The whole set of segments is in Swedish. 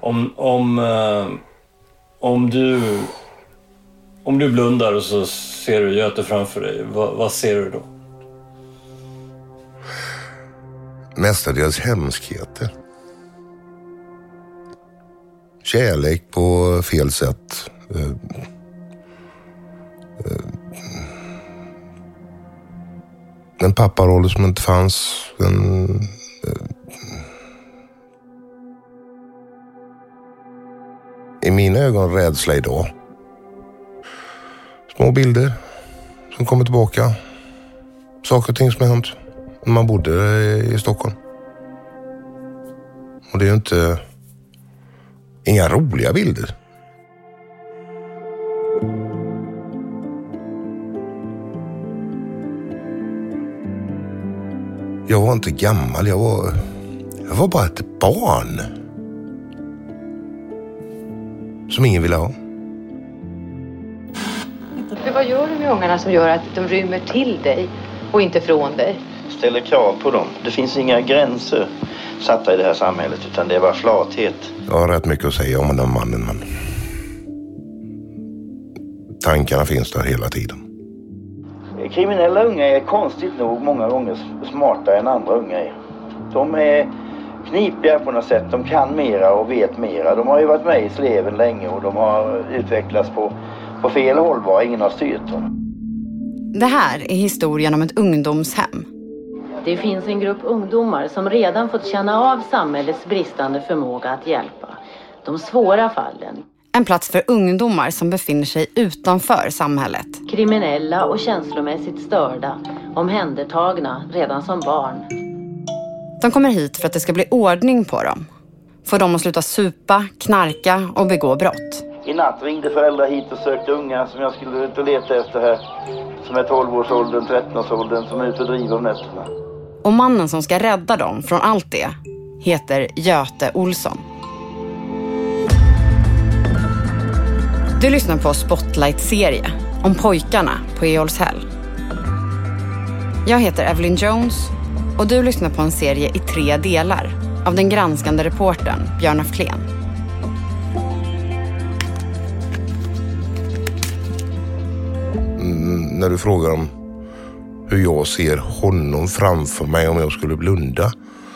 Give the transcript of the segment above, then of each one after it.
Om du blundar och så ser du Göte framför dig, vad ser du då? Mestadels hemskheter. Kärlek på fel sätt. En papparoll som inte fanns. I mina ögon rädsla idag. Små bilder som kommer tillbaka. Saker och ting som har hänt när man bodde i Stockholm. Och det är ju inte inga roliga bilder. Jag var inte gammal, jag var bara ett barn. Som ingen ville ha. Vad gör du med ungarna som gör att de rymmer till dig och inte från dig? Ställer krav på dem. Det finns inga gränser satta i det här samhället, utan det är bara flathet. Jag har rätt mycket att säga om den mannen, men tankarna finns där hela tiden. Kriminella unga är konstigt nog många gånger smartare än andra unga är. De är knipiga på något sätt. De kan mera och vet mera. De har ju varit med i sleven länge och de har utvecklats på fel håll, bara ingen har styrt dem. Det här är historien om ett ungdomshem. Det finns en grupp ungdomar som redan fått känna av samhällets bristande förmåga att hjälpa. De svåra fallen. En plats för ungdomar som befinner sig utanför samhället. Kriminella och känslomässigt störda, omhändertagna redan som barn. De kommer hit för att det ska bli ordning på dem. Få dem att sluta supa, knarka och begå brott. I natt ringde föräldrar hit och sökte unga som jag skulle ut och leta efter här. Som är 12-årsåldern, 13-årsåldern, som är ute och driver om nätterna. Och mannen som ska rädda dem från allt det heter Göte Olsson. Du lyssnar på Spotlight-serie om pojkarna på Eolshäll. Jag heter Evelyn Jones och du lyssnar på en serie i 3 delar av den granskande reportern Björn af Kleen. När du frågar om hur jag ser honom framför mig om jag skulle blunda,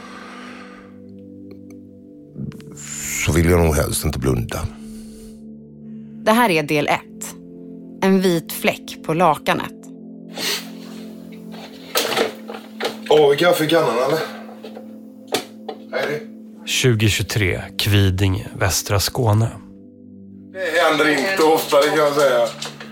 så vill jag nog helst inte blunda. Det här är del 1. En vit fläck på lakanet. Har vi kaffe i kannan eller? Hej. 2023, Kvidinge, västra Skåne. Det händer inte ofta, det kan jag säga.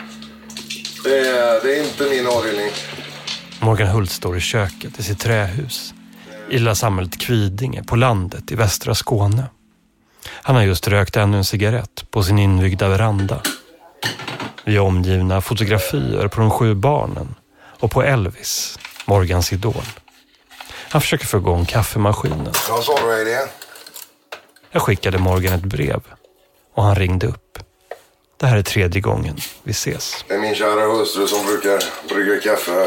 Det är inte min avdelning. Morgan Hult står i köket i sitt trähus i lilla samhället Kvidinge på landet i västra Skåne. Han har just rökt ännu en cigarett på sin inbyggda veranda. Vi är omgivna fotografier på de 7 barnen och på Elvis, Morgans idol. Han försöker få igång kaffemaskinen. Vad sa du, det? Jag skickade Morgan ett brev och han ringde upp. Det här är 3:e gången vi ses. Det är min kära hustru som brukar brygga kaffe här.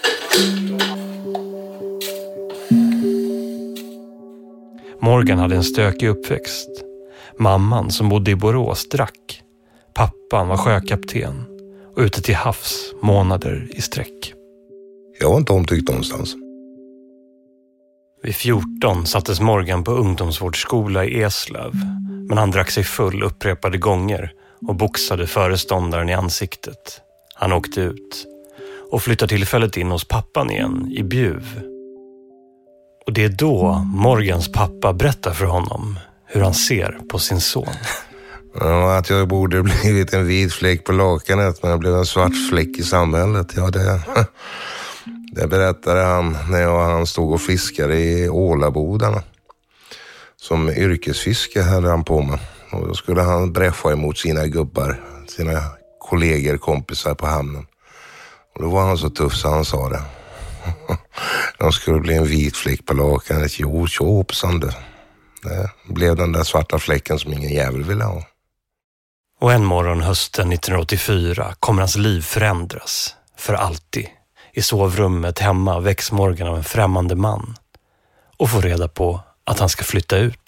Morgan hade en stökig uppväxt. Mamman som bodde i Borås drack. Pappan var sjökapten och ute till havs månader i sträck. Jag var inte omtyckt någonstans. Vid 14 sattes Morgan på ungdomsvårdsskola i Eslöv. Men han drack sig full upprepade gånger och boxade föreståndaren i ansiktet. Han åkte ut och flyttade tillfället in hos pappan igen i Bjuv. Och det är då Morgans pappa berättar för honom hur han ser på sin son. Ja, att jag borde blivit en vit fläck på lakanet, men jag blev en svart fläck i samhället. Ja, det berättade han när jag och han stod och fiskade i Ålabodarna. Som yrkesfiske hade han på med. Och då skulle han bräscha emot sina gubbar, sina kollegor, kompisar på hamnen. Och då var han så tuff så han sa det. De skulle bli en vit fläck på lakanet. Jo, hoppsan det. Det blev den där svarta fläcken som ingen jävel ville ha. Och en morgon hösten 1984 kommer hans liv förändras. För alltid. I sovrummet hemma väcks Morgan av en främmande man. Och får reda på att han ska flytta ut.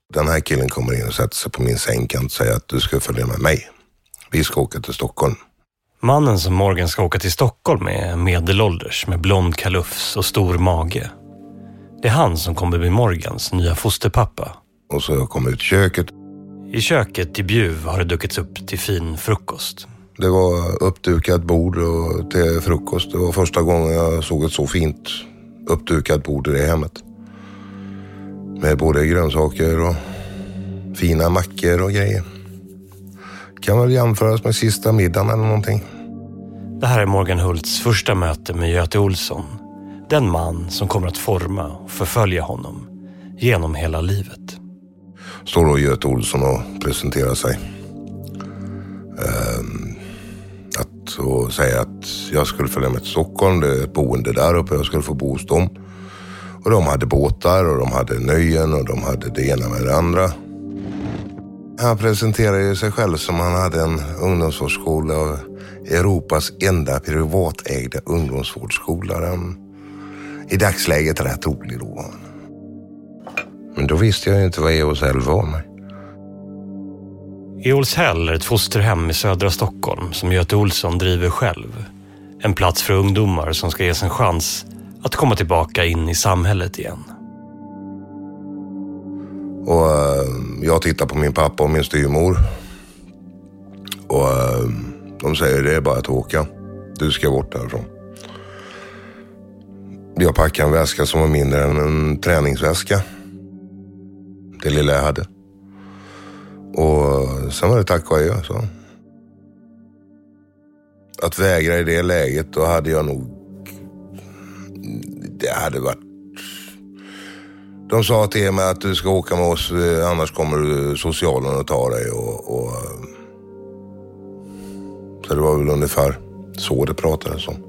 Den här killen kommer in och sätter sig på min sängkant och säger att du ska följa med mig. Vi ska åka till Stockholm. Mannen som Morgan ska åka till Stockholm är medelålders med blond kalufs och stor mage. Det är han som kommer bli Morgans nya fosterpappa. Och så kom ut i köket. I köket i Bjuv har det dukats upp till fin frukost. Det var uppdukat bord och till frukost. Det var första gången jag såg ett så fint uppdukat bord i det hemmet. Med både grönsaker och fina mackor och grejer. Kan väl jämföras med sista middagen eller någonting. Det här är Morgan Hults första möte med Göte Olsson. Den man som kommer att forma och förfölja honom genom hela livet. Står då Göte Olsson och presenterar sig. Och säger att jag skulle följa med till Stockholm. Det är ett boende där uppe. Jag skulle få bo hos dem. Och de hade båtar och de hade nöjen och de hade det ena med det andra. Han presenterade ju sig själv som han hade en ungdomsvårdsskola och Europas enda privatägda ungdomsvårdsskola. Den i dagsläget är rätt rolig då. Men då visste jag ju inte vad EOSL var med. EOSL är ett fosterhem i södra Stockholm som Göte Olsson driver själv. En plats för ungdomar som ska ges en chans att komma tillbaka in i samhället igen. Och jag tittar på min pappa och min styrmor. Och de säger det är bara att åka. Du ska bort därifrån. Jag packade en väska som var mindre än en träningsväska. Det lilla jag hade. Och sen var det tack och adjö, så. Att vägra i det läget, då hade jag nog... Det hade varit... De sa till mig att du ska åka med oss, annars kommer socialen att ta dig. Så det var väl ungefär så det pratades om.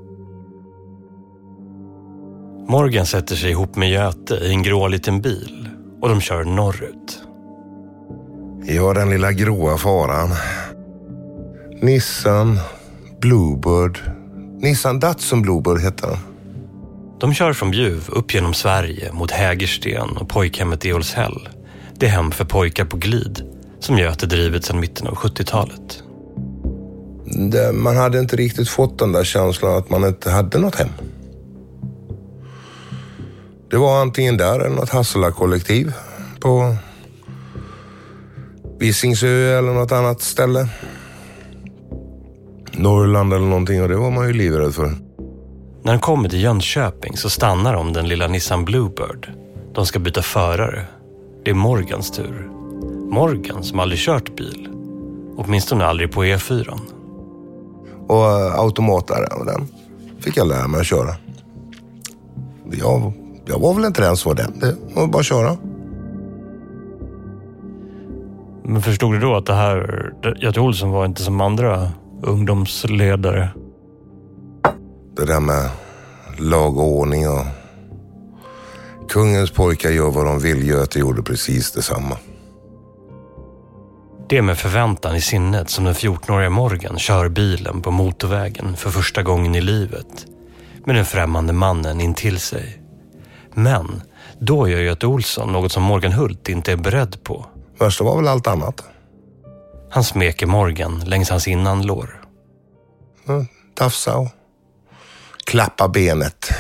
Morgan sätter sig ihop med Göte i en grå liten bil och de kör norrut. Ja, den lilla gråa faran. Nissan Bluebird. Nissan Datsun Bluebird heter den. De kör från Bjuv upp genom Sverige mot Hägersten och pojkhemmet EOSL. Det är hem för pojkar på glid som Göte drivit sedan mitten av 70-talet. Man hade inte riktigt fått den där känslan att man inte hade något hem. Det var antingen där eller något Hassela-kollektiv på Visingsö eller något annat ställe. Norrland eller någonting, och det var man ju livrädd för. När de kommer till Jönköping så stannar de den lilla Nissan Bluebird. De ska byta förare. Det är Morgans tur. Morgan som aldrig kört bil. Åtminstone aldrig på E4. Och automataren, den fick jag lära mig att köra. Jag var väl inte den som var den. Det var bara att köra. Men förstod du då att det här Göte Olsson var inte som andra ungdomsledare? Det där med lag och ordning och kungens pojkar gör vad de vill. Göte gjorde precis detsamma. Det är med förväntan i sinnet som den 14-åriga Morgan kör bilen på motorvägen för första gången i livet med den främmande mannen in till sig. Men då gör Göte Olsson något som Morgan Hult inte är beredd på. Först var väl allt annat. Han smeker Morgan längs hans innanlår. Tafsa och klappa benet.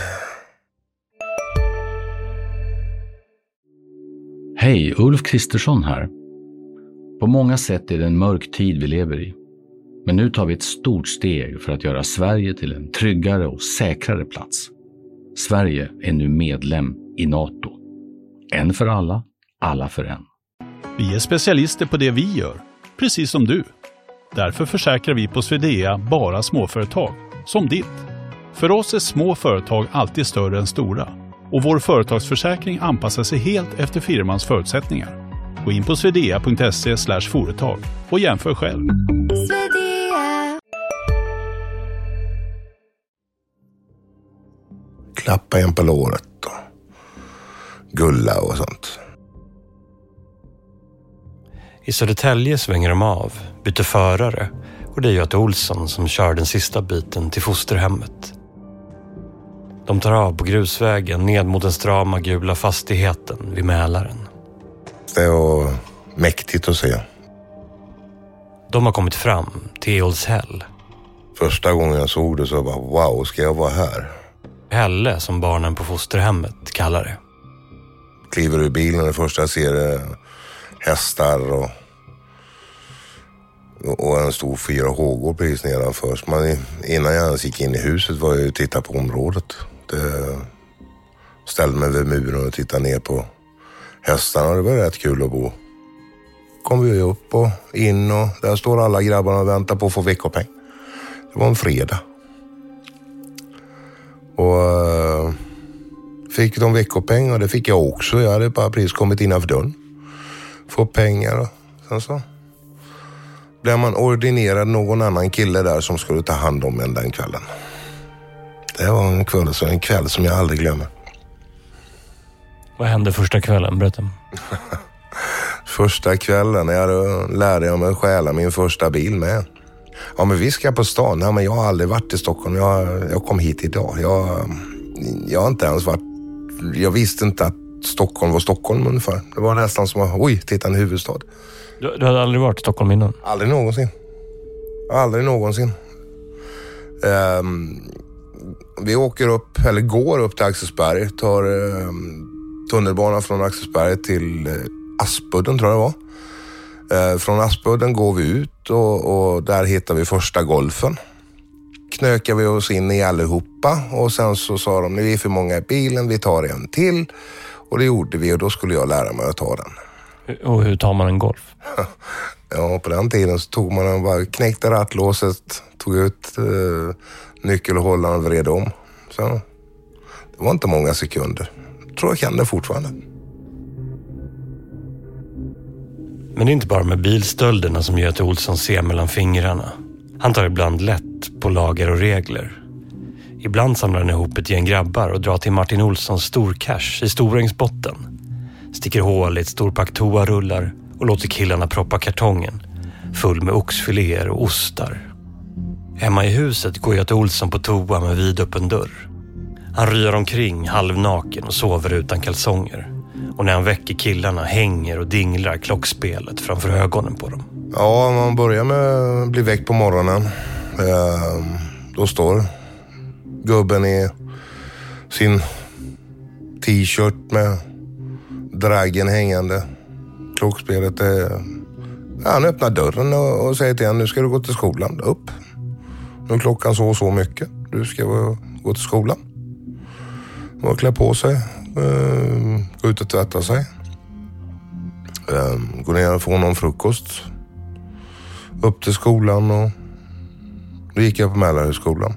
Hej, Ulf Kristersson här. På många sätt är det en mörk tid vi lever i. Men nu tar vi ett stort steg för att göra Sverige till en tryggare och säkrare plats. Sverige är nu medlem i NATO. En för alla, alla för en. Vi är specialister på det vi gör, precis som du. Därför försäkrar vi på Swedea bara småföretag, som ditt. För oss är små företag alltid större än stora. Och vår företagsförsäkring anpassar sig helt efter firmans förutsättningar. Gå in på swedea.se/företag och jämför själv. Klappa en på låret och gulla och sånt. I Södertälje svänger de av, byter förare och det är Göte Olsson som kör den sista biten till fosterhemmet. De tar av på grusvägen ned mot den strama gula fastigheten vid Mälaren. Det var mäktigt att se. De har kommit fram till Eolshäll. Första gången jag såg det så bara, wow, ska jag vara här? Hälle, som barnen på fosterhemmet kallar det. Kliver ur bilen, det första jag ser hästar och en stor 4H-gård precis nedanför. Men innan jag ens gick in i huset var jag och tittade på området. Ställde mig vid muren och tittade ner på hästarna. Det var rätt kul att bo. Kom vi upp och in och där står alla grabbarna och väntar på att få veckopeng. Det var en fredag. Och fick de veckopeng och det fick jag också. Jag hade bara precis kommit innanför dörren. Få pengar och sen så blev man ordinerad någon annan kille där som skulle ta hand om en den kvällen. Det var en kväll som jag aldrig glömmer. Vad hände första kvällen? Berätta. Första kvällen lärde jag mig stjäla min första bil med. Ja, men vi ska på stan. Ja, men jag har aldrig varit i Stockholm. Jag kom hit idag. Jag har inte ens varit... Jag visste inte att Stockholm var Stockholm ungefär. Det var nästan som att, oj, titta en huvudstad. Du hade aldrig varit i Stockholm innan? Aldrig någonsin. Aldrig någonsin. Vi går upp till Axelsberg. Tar tunnelbanan från Axelsberg till Aspudden, tror jag det var. Från Aspudden går vi ut och där hittar vi första golfen. Knökar vi oss in i allihopa och sen så sa de, vi är för många i bilen, vi tar en till. Och det gjorde vi och då skulle jag lära mig att ta den. Och hur tar man en golf? Ja, på den tiden så tog man den, bara knäckte rattlåset, tog ut nyckelhållaren och vred om. Så det var inte många sekunder. Jag tror jag kan det fortfarande. Men det är inte bara med bilstölderna som Göte Olsson ser mellan fingrarna. Han tar ibland lätt på lagar och regler. Ibland samlar han ihop ett gäng grabbar och drar till Martin Olssons storcash i Storängsbotten. Sticker hål i ett storpack toarullar och låter killarna proppa kartongen full med oxfiléer och ostar. Hemma i huset går Göte Olsson på toa med vidöppen dörr. Han ryar omkring halvnaken och sover utan kalsonger. Och när han väcker killarna hänger och dinglar klockspelet framför ögonen på dem. Ja, man börjar med att bli väckt på morgonen. Då står gubben i sin t-shirt med draggen hängande. Klockspelet är... Ja, han öppnar dörren och säger till honom, nu ska du gå till skolan. Upp. Nu är klockan så mycket. Du ska gå till skolan. Och klä på sig. Gå ut och tvätta sig. Gå ner och få någon frukost. Upp till skolan och då gick jag på Mälarhögskolan.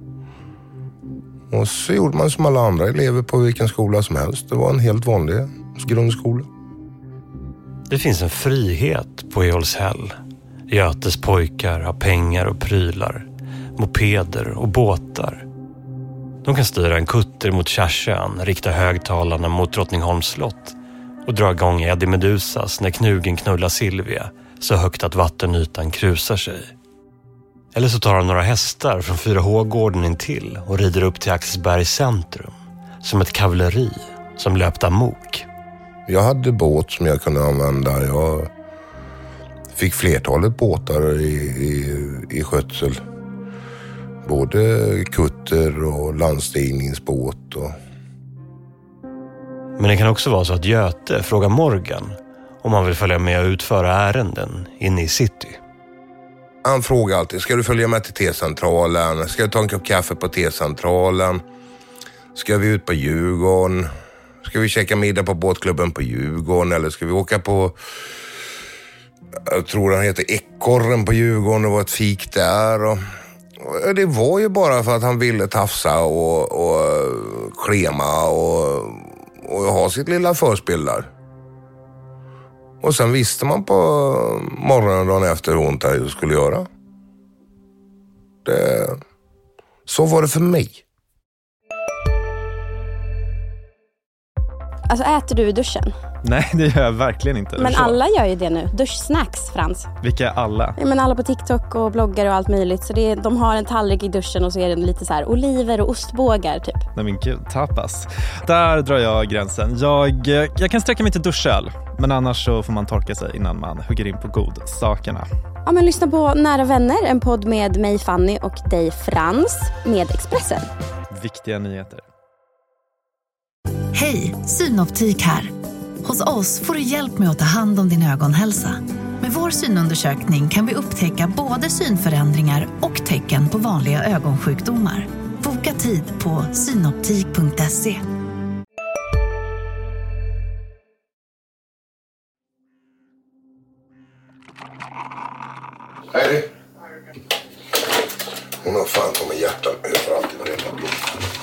Och så gjorde man som alla andra elever på vilken skola som helst. Det var en helt vanlig grundskola. Det finns en frihet på Eolshäll. Götes pojkar har pengar och prylar, mopeder och båtar. De kan styra en kutter mot Kärsön, rikta högtalarna mot Drottningholms slott och dra igång Eddie Medusas när knugen knullar Silvia så högt att vattenytan krusar sig. Eller så tar de några hästar från 4H-gården in till och rider upp till Axelsbergs centrum som ett kavalleri som löpte amok. Jag hade båt som jag kunde använda. Jag fick flertalet båtar i skötsel. Både kutter och landstigningsbåt. Men det kan också vara så att Göte frågar Morgan om han vill följa med och utföra ärenden inne i city. Han frågar alltid, ska du följa med till T-centralen? Ska du ta en kopp kaffe på T-centralen? Ska vi ut på Djurgården? Ska vi käka middag på båtklubben på Djurgården? Eller ska vi åka på, jag tror han heter Ekorren på Djurgården och var ett fik där. Och det var ju bara för att han ville tafsa och klema och ha sitt lilla förspel där. Och sen visste man på morgonen dagen efter hur ont det skulle göra. Så var det för mig. Alltså äter du i duschen? Nej, det gör jag verkligen inte. Men alla gör ju det nu. Duschsnacks, Frans. Vilka är alla? Ja, men alla på TikTok och bloggar och allt möjligt. Så de har en tallrik i duschen och så är det lite så här oliver och ostbågar typ. Nej men gud, tapas. Där drar jag gränsen. Jag kan sträcka mig till duschöl. Men annars så får man torka sig innan man hugger in på godsakerna. Ja, men lyssna på Nära vänner, en podd med mig Fanny och dig Frans med Expressen. Viktiga nyheter. Hej, Synoptik här. Hos oss får du hjälp med att ta hand om din ögonhälsa. Med vår synundersökning kan vi upptäcka både synförändringar och tecken på vanliga ögonsjukdomar. Boka tid på synoptik.se. Hej. Hon har fan på mig hjärtan överallt i varenda blod.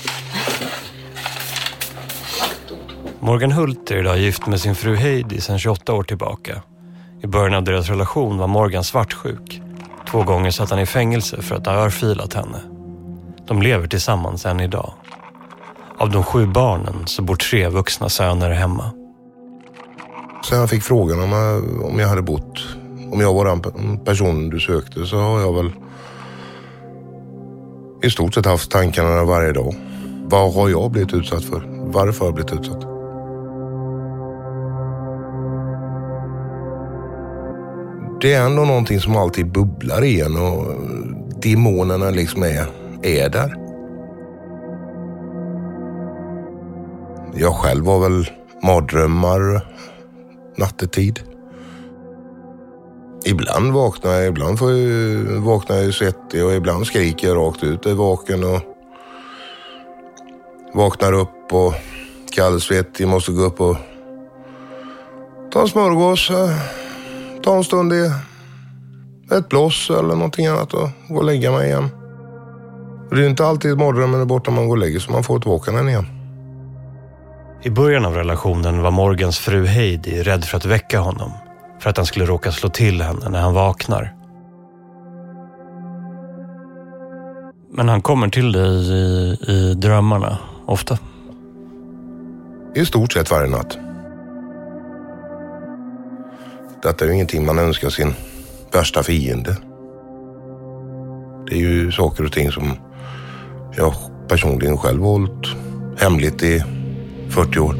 Morgan Hult är idag gift med sin fru Heidi sedan 28 år tillbaka. I början av deras relation var Morgan svartsjuk. 2 gånger satt han i fängelse för att ha örfilat henne. De lever tillsammans än idag. Av de 7 barnen så bor 3 vuxna söner hemma. Sen jag fick frågan om jag hade bott, om jag var den person du sökte, så har jag väl i stort sett haft tankarna varje dag. Vad har jag blivit utsatt för? Varför har jag blivit utsatt? Det är ändå någonting som alltid bubblar i en och demonerna liksom är där. Jag själv var väl mardrömmar nattetid. Ibland vaknar jag, ibland vaknar jag svettig och ibland skriker jag rakt ut. Jag är vaken och vaknar upp och kallsvettig, måste gå upp och ta en smörgås, ta en stund i ett blås eller någonting annat och gå och lägga mig igen. Det är inte alltid mardrömmen är borta när man går och lägger så man får tillbaka den igen. I början av relationen var Morgans fru Heidi rädd för att väcka honom. För att han skulle råka slå till henne när han vaknar. Men han kommer till dig i drömmarna ofta? I stort sett varje natt. Detta är ju ingenting man önskar sin värsta fiende. Det är ju saker och ting som jag personligen själv har hållit hemligt i 40 år.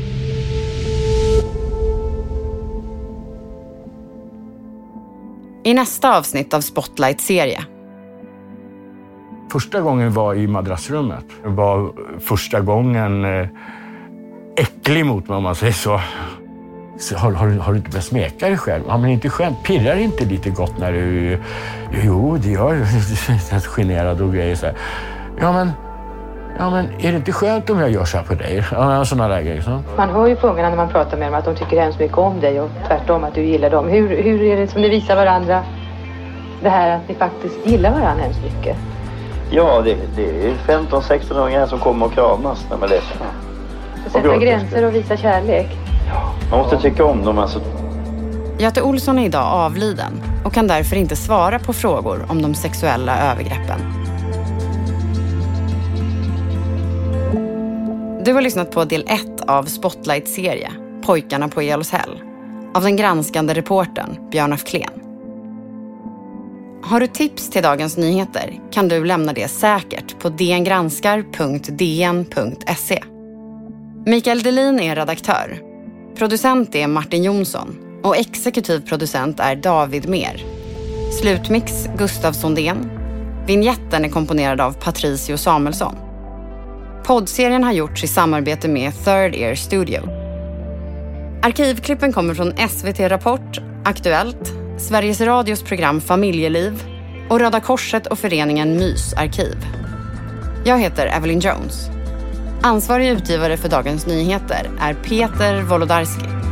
I nästa avsnitt av Spotlight-serie. Första gången var i madrassrummet. Det var första gången äcklig mot mig om man säger så. Så har du inte börjat smeka dig själv? Ja, men inte skönt. Pirrar inte lite gott när du... Jo, det gör du. Generad och grejer så här. Ja, men är det inte skönt om jag gör så här på dig? Ja, sådana där grejer. Så. Man hör ju på ungarna när man pratar med dem att de tycker hemskt mycket om dig och tvärtom att du gillar dem. Hur är det som ni visar varandra det här att ni faktiskt gillar varandra hemskt mycket? Ja, det är 15-16-åringar som kommer och kramas när man läser. Så sätta gränser och visa kärlek. Ja, man måste tycka om dem alltså. Göte Olsson är idag avliden och kan därför inte svara på frågor om de sexuella övergreppen. Du har lyssnat på del 1 av Spotlight-serie Pojkarna på Eolshäll av den granskande reportern Björn af Kleen. Har du tips till dagens nyheter kan du lämna det säkert på dngranskar.dn.se. Mikael Delin är redaktör. Producent är Martin Jonsson och exekutiv producent är David Mer. Slutmix Gustav Sondén. Vignetten är komponerad av Patricio Samuelsson. Poddserien har gjorts i samarbete med Third Ear Studio. Arkivklippen kommer från SVT Rapport, Aktuellt, Sveriges Radios program Familjeliv och Röda Korset och föreningen Mys arkiv. Jag heter Evelyn Jones. Ansvarig utgivare för dagens nyheter är Peter Wolodarski.